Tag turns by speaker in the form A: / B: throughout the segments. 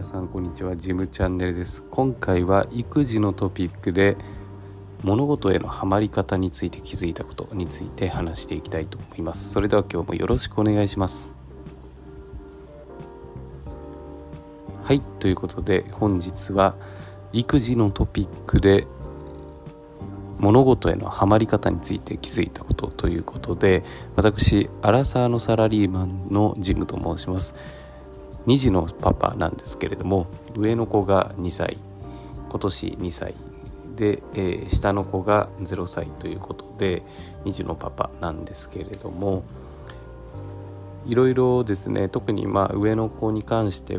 A: さんこんにちは。ジムチャンネルです。今回は育児のトピックで物事へのハマり方について気づいたことについて話していきたいと思います。それでは今日もよろしくお願いします。はい、ということで本日は育児のトピックで物事へのハマり方について気づいたことということで、私アラサーのサラリーマンのジムと申します。2児のパパなんですけれども、上の子が2歳、今年2歳で、下の子が0歳ということで2児のパパなんですけれども、いろいろですね、特に上の子に関して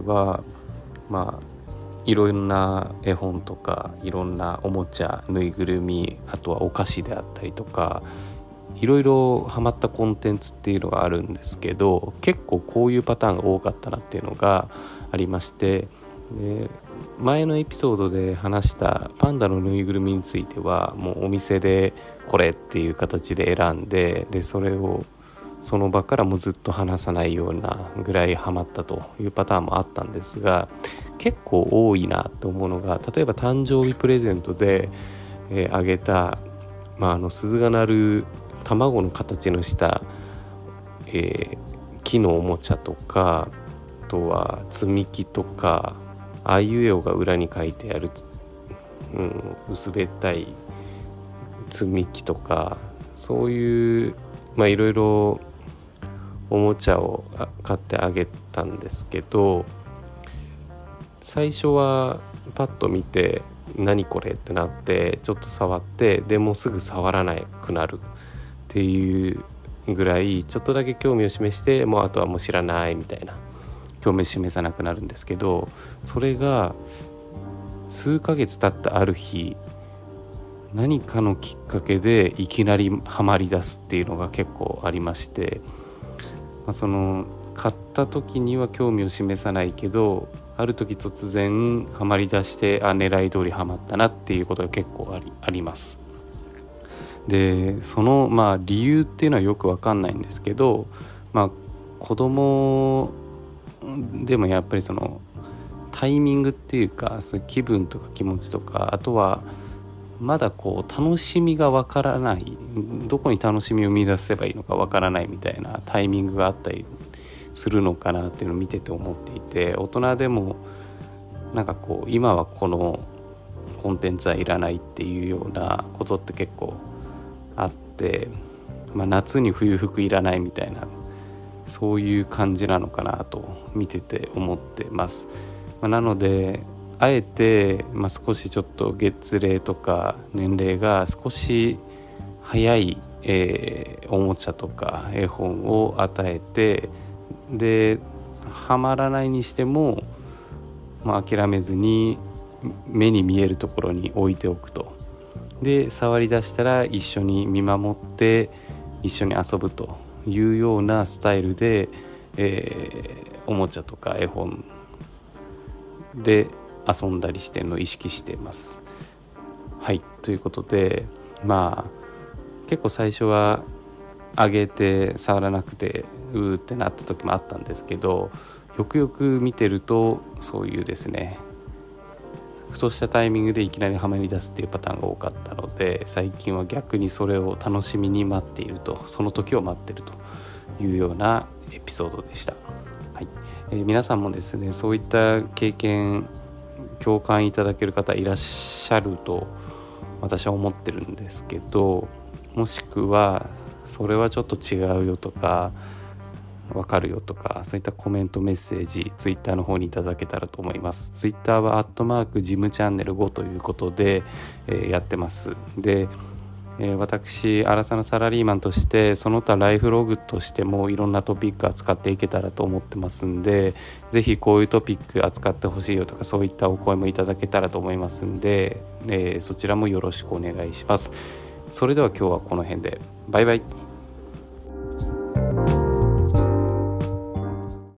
A: はいろんな絵本とかいろんなおもちゃ、ぬいぐるみ、あとはお菓子であったりとか、いろいろハマったコンテンツっていうのがあるんですけど、結構こういうパターンが多かったなっていうのがありまして、で前のエピソードで話したパンダのぬいぐるみについてはもうお店でこれっていう形で選んで、それをその場からもずっと離さないようなぐらいハマったというパターンもあったんですが、結構多いなと思うのが、例えば誕生日プレゼントで、あげた、鈴が鳴る卵の形のした、木のおもちゃとか、あとは積み木とか、ああいう絵が裏に書いてある、薄べったい積み木とか、そういういろいろおもちゃを買ってあげたんですけど、最初はパッと見て何これってなってちょっと触って、でもすぐ触らなくなるっていうぐらいちょっとだけ興味を示して、もうあとはもう知らないみたいな、興味示さなくなるんですけど、それが数ヶ月経ったある日、何かのきっかけでいきなりハマり出すっていうのが結構ありまして、その買った時には興味を示さないけど、ある時突然ハマり出して、狙い通りハマったなっていうことが結構あります。でその理由っていうのはよく分かんないんですけど、子供でもやっぱりそのタイミングっていうか、そういう気分とか気持ちとか、あとはまだ楽しみが分からない、どこに楽しみを見出せばいいのか分からないみたいなタイミングがあったりするのかなっていうのを見てて思っていて、大人でも今はこのコンテンツはいらないっていうようなことって結構あって、夏に冬服いらないみたいな、そういう感じなのかなと見てて思ってます。なのであえて、少しちょっと月齢とか年齢が少し早い、おもちゃとか絵本を与えて、でハマらないにしても、諦めずに目に見えるところに置いておくと。で触り出したら一緒に見守って一緒に遊ぶというようなスタイルで、おもちゃとか絵本で遊んだりしてるのを意識しています。はい、ということで結構最初はあげて触らなくてうーってなった時もあったんですけど、よくよく見てるとそういうですね、ふとしたタイミングでいきなりハマり出すっていうパターンが多かったので、最近は逆にそれを楽しみに待っていると、その時を待っているというようなエピソードでした。はい、皆さんもですね、そういった経験共感いただける方いらっしゃると私は思ってるんですけど、もしくはそれはちょっと違うよとかわかるよとか、そういったコメントメッセージツイッターの方にいただけたらと思います。ツイッターは@ジムチャンネル5ということで、やってます。で、私アラサのサラリーマンとしてその他ライフログとしてもいろんなトピック扱っていけたらと思ってますんで、ぜひこういうトピック扱ってほしいよとか、そういったお声もいただけたらと思いますんで、そちらもよろしくお願いします。それでは今日はこの辺で。バイバイ。